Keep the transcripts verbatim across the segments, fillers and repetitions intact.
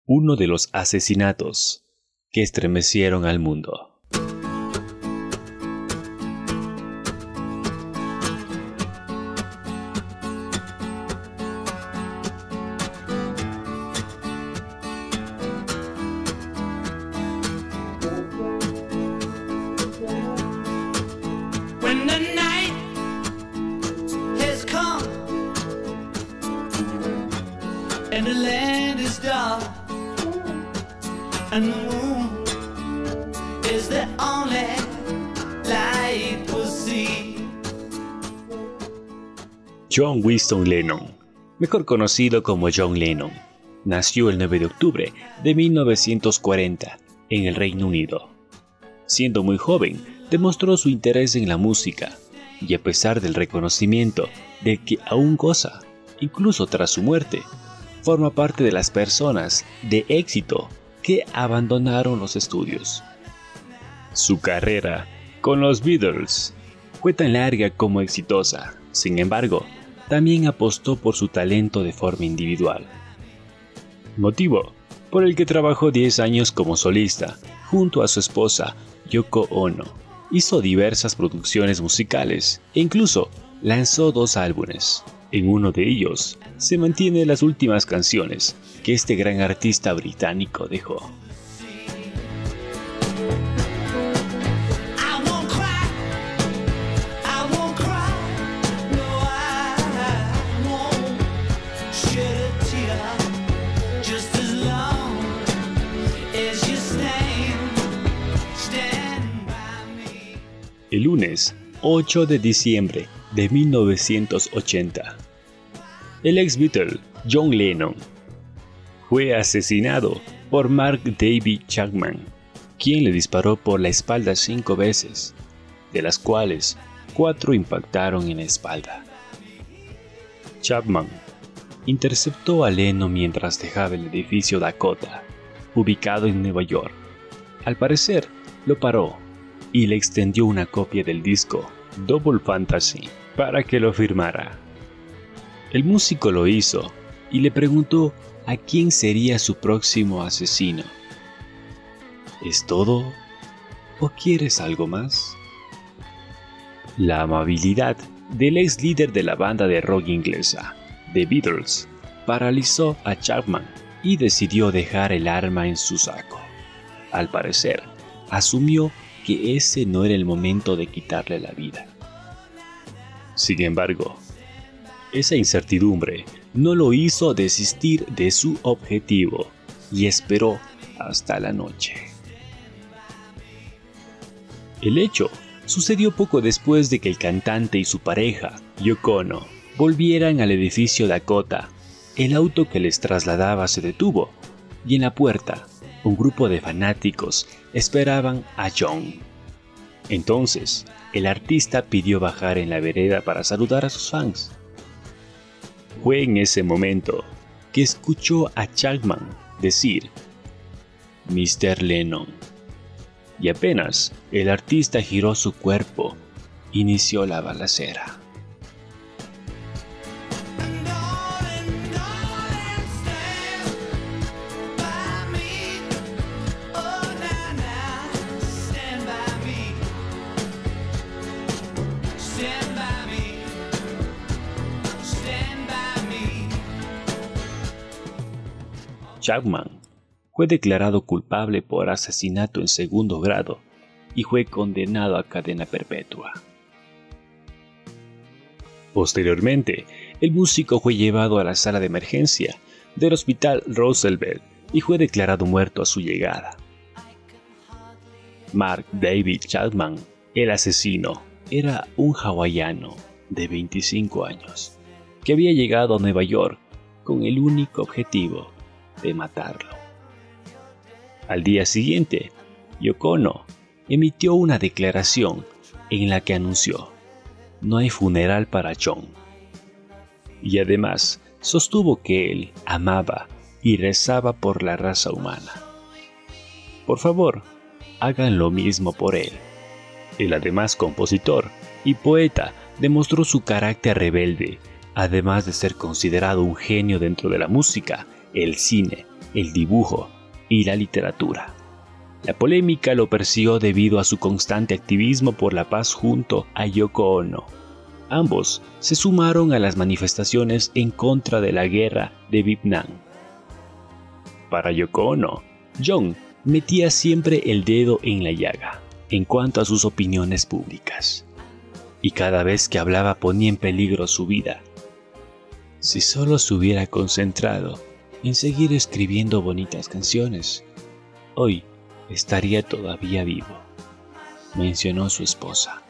uno de los asesinatos que estremecieron al mundo. When the night has come and the land is dark and the moon is the only light we'll see. John Winston Lennon, mejor conocido como John Lennon, nació el nueve de octubre de mil novecientos cuarenta en el Reino Unido. Siendo muy joven, demostró su interés en la música y a pesar del reconocimiento del que aún goza, incluso tras su muerte, forma parte de las personas de éxito que abandonaron los estudios. Su carrera con los Beatles fue tan larga como exitosa, sin embargo, también apostó por su talento de forma individual. Motivo por el que trabajó diez años como solista junto a su esposa Yoko Ono. Hizo diversas producciones musicales e incluso lanzó dos álbumes. En uno de ellos se mantienen las últimas canciones que este gran artista británico dejó. El lunes ocho de diciembre de mil novecientos ochenta, el ex Beatle John Lennon fue asesinado por Mark David Chapman, quien le disparó por la espalda cinco veces, de las cuales cuatro impactaron en la espalda. Chapman interceptó a Lennon mientras dejaba el edificio Dakota, ubicado en Nueva York. Al parecer, lo paró y le extendió una copia del disco Double Fantasy para que lo firmara. El músico lo hizo y le preguntó a quién sería su próximo asesino. ¿Es todo? ¿O quieres algo más? La amabilidad del ex líder de la banda de rock inglesa, The Beatles, paralizó a Chapman y decidió dejar el arma en su saco. Al parecer, asumió que ese no era el momento de quitarle la vida. Sin embargo, esa incertidumbre no lo hizo desistir de su objetivo y esperó hasta la noche. El hecho sucedió poco después de que el cantante y su pareja, Yoko Ono, volvieran al edificio Dakota. El auto que les trasladaba se detuvo y en la puerta un grupo de fanáticos esperaban a John. Entonces, el artista pidió bajar en la vereda para saludar a sus fans. Fue en ese momento que escuchó a Chapman decir mister Lennon, y apenas el artista giró su cuerpo, inició la balacera. Chapman fue declarado culpable por asesinato en segundo grado y fue condenado a cadena perpetua. Posteriormente, el músico fue llevado a la sala de emergencia del Hospital Roosevelt y fue declarado muerto a su llegada. Mark David Chapman, el asesino, era un hawaiano de veinticinco años que había llegado a Nueva York con el único objetivo de matarlo. Al día siguiente, Yoko Ono emitió una declaración en la que anunció: no hay funeral para John. Y además sostuvo que él amaba y rezaba por la raza humana. Por favor, hagan lo mismo por él. El además compositor y poeta demostró su carácter rebelde, además de ser considerado un genio dentro de la música, el cine el dibujo y la literatura. La polémica lo persiguió debido a su constante activismo por la paz junto a Yoko Ono. Ambos se sumaron a las manifestaciones en contra de la guerra de Vietnam. Para Yoko Ono, John metía siempre el dedo en la llaga en cuanto a sus opiniones públicas, y cada vez que hablaba ponía en peligro su vida. Si solo se hubiera concentrado en seguir escribiendo bonitas canciones, hoy estaría todavía vivo, mencionó su esposa.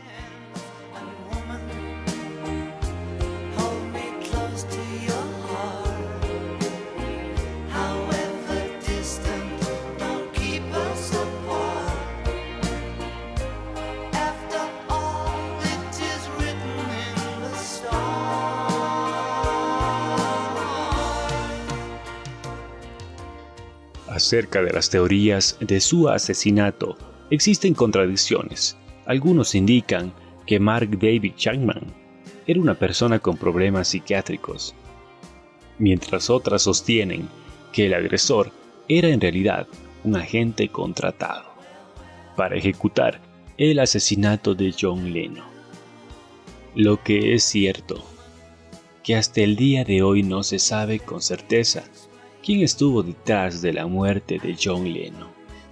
Acerca de las teorías de su asesinato, existen contradicciones. Algunos indican que Mark David Chapman era una persona con problemas psiquiátricos, mientras otras sostienen que el agresor era en realidad un agente contratado para ejecutar el asesinato de John Lennon. Lo que es cierto, que hasta el día de hoy no se sabe con certeza quién estuvo detrás de la muerte de John Lennon.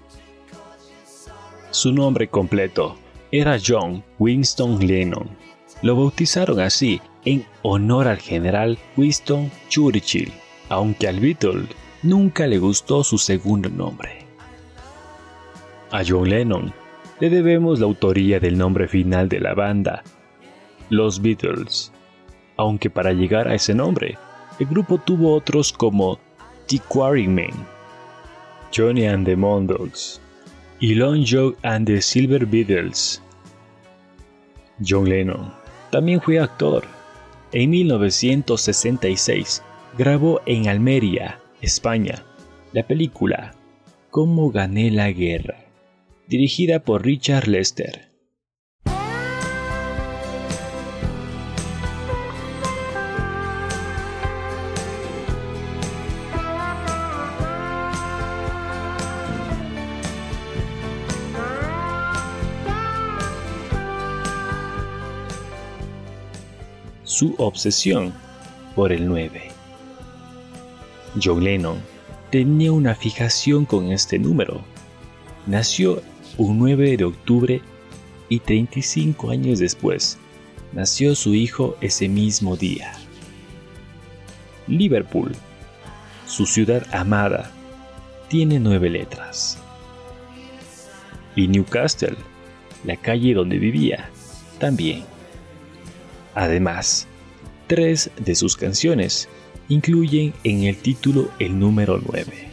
Su nombre completo era John Winston Lennon. Lo bautizaron así en honor al general Winston Churchill, aunque al Beatle nunca le gustó su segundo nombre. A John Lennon le debemos la autoría del nombre final de la banda, los Beatles, aunque para llegar a ese nombre, el grupo tuvo otros como The Quarrymen, Johnny and the Mondogs y Long John and the Silver Beatles. John Lennon también fue actor. En mil novecientos sesenta y seis grabó en Almería, España, la película Cómo gané la guerra, dirigida por Richard Lester. Su obsesión por el nueve. John Lennon tenía una fijación con este número. Nació un nueve de octubre y treinta y cinco años después nació su hijo ese mismo día. Liverpool, su ciudad amada, tiene nueve letras. Y Newcastle, la calle donde vivía, también. Además, tres de sus canciones incluyen en el título el número nueve.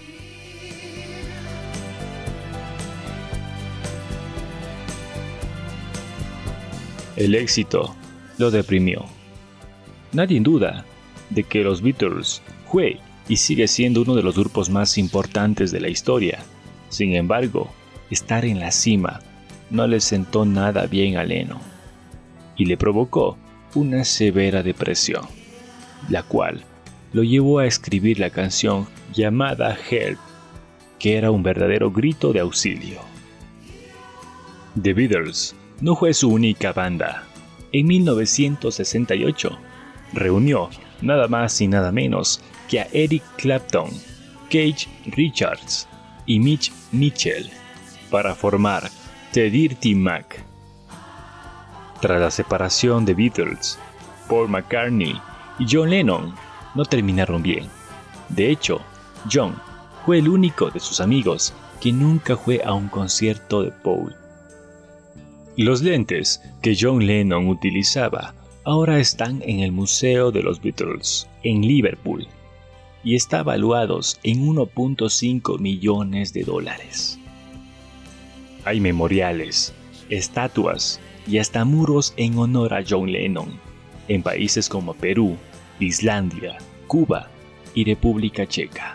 El éxito lo deprimió. Nadie duda de que los Beatles fue y sigue siendo uno de los grupos más importantes de la historia. Sin embargo, estar en la cima no le sentó nada bien a Lennon y le provocó una severa depresión, la cual lo llevó a escribir la canción llamada Help, que era un verdadero grito de auxilio. The Beatles no fue su única banda. En mil novecientos sesenta y ocho reunió nada más y nada menos que a Eric Clapton, Keith Richards y Mitch Mitchell para formar The Dirty Mac. Tras la separación de Beatles, Paul McCartney y John Lennon no terminaron bien. De hecho, John fue el único de sus amigos que nunca fue a un concierto de Paul. Los lentes que John Lennon utilizaba ahora están en el Museo de los Beatles, en Liverpool, y están valuados en uno punto cinco millones de dólares. Hay memoriales, estatuas y hasta muros en honor a John Lennon en países como Perú, Islandia, Cuba y República Checa.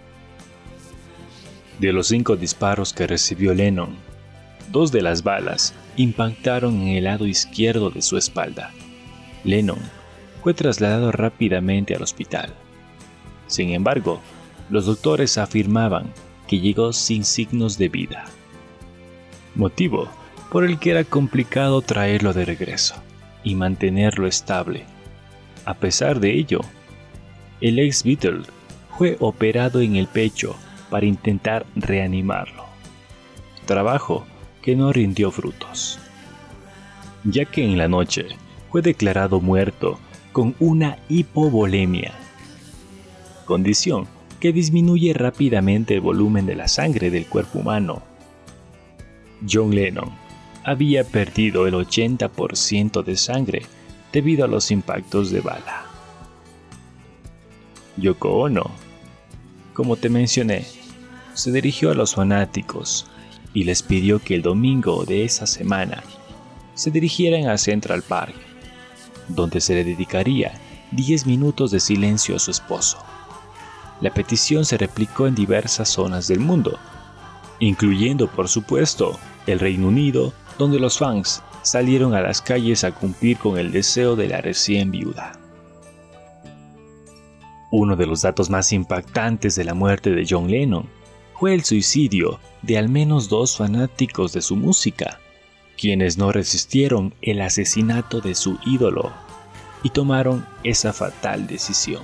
De los cinco disparos que recibió Lennon, dos de las balas impactaron en el lado izquierdo de su espalda. Lennon fue trasladado rápidamente al hospital. Sin embargo, los doctores afirmaban que llegó sin signos de vida, motivo por el que era complicado traerlo de regreso y mantenerlo estable. A pesar de ello, el ex Beatle fue operado en el pecho para intentar reanimarlo, trabajo que no rindió frutos, ya que en la noche fue declarado muerto con una hipovolemia, condición que disminuye rápidamente el volumen de la sangre del cuerpo humano. John Lennon había perdido el ochenta por ciento de sangre debido a los impactos de bala. Yoko Ono, como te mencioné, se dirigió a los fanáticos y les pidió que el domingo de esa semana se dirigieran a Central Park, donde se le dedicaría diez minutos de silencio a su esposo. La petición se replicó en diversas zonas del mundo, incluyendo, por supuesto, el Reino Unido, donde los fans salieron a las calles a cumplir con el deseo de la recién viuda. Uno de los datos más impactantes de la muerte de John Lennon fue el suicidio de al menos dos fanáticos de su música, quienes no resistieron el asesinato de su ídolo y tomaron esa fatal decisión.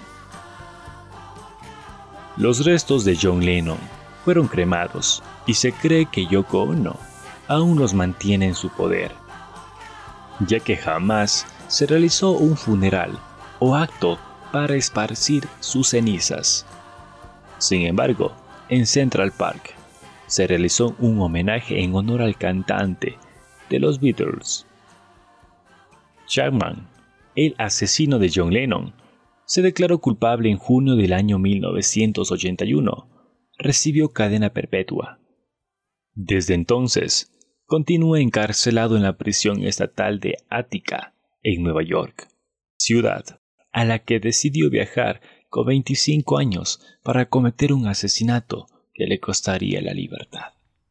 Los restos de John Lennon fueron cremados y se cree que Yoko Ono aún los mantiene en su poder, ya que jamás se realizó un funeral o acto para esparcir sus cenizas. Sin embargo, en Central Park se realizó un homenaje en honor al cantante de los Beatles. Chapman, el asesino de John Lennon, se declaró culpable en junio del año mil novecientos ochenta y uno. Recibió cadena perpetua. Desde entonces, continúa encarcelado en la prisión estatal de Attica, en Nueva York, ciudad a la que decidió viajar con veinticinco años para cometer un asesinato que le costaría la libertad.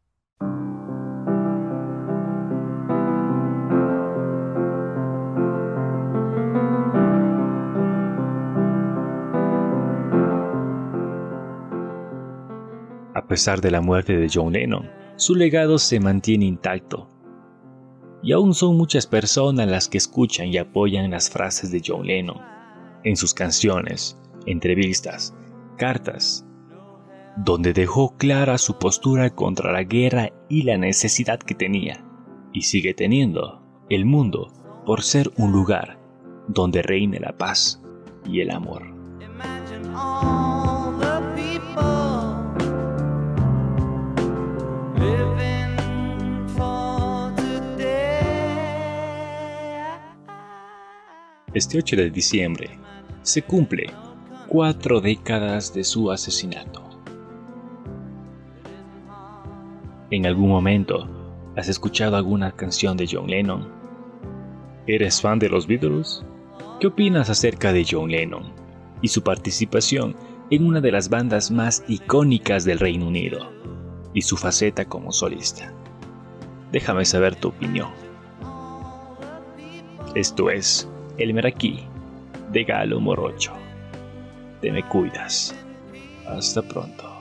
A pesar de la muerte de John Lennon, su legado se mantiene intacto. Y aún son muchas personas las que escuchan y apoyan las frases de John Lennon en sus canciones, entrevistas, cartas, donde dejó clara su postura contra la guerra y la necesidad que tenía, y sigue teniendo, el mundo por ser un lugar donde reine la paz y el amor. Este ocho de diciembre se cumple cuatro décadas de su asesinato. ¿En algún momento has escuchado alguna canción de John Lennon? ¿Eres fan de los Beatles? ¿Qué opinas acerca de John Lennon y su participación en una de las bandas más icónicas del Reino Unido y su faceta como solista? Déjame saber tu opinión. Esto es El Meraquí de Galo Morocho. Te me cuidas. Hasta pronto.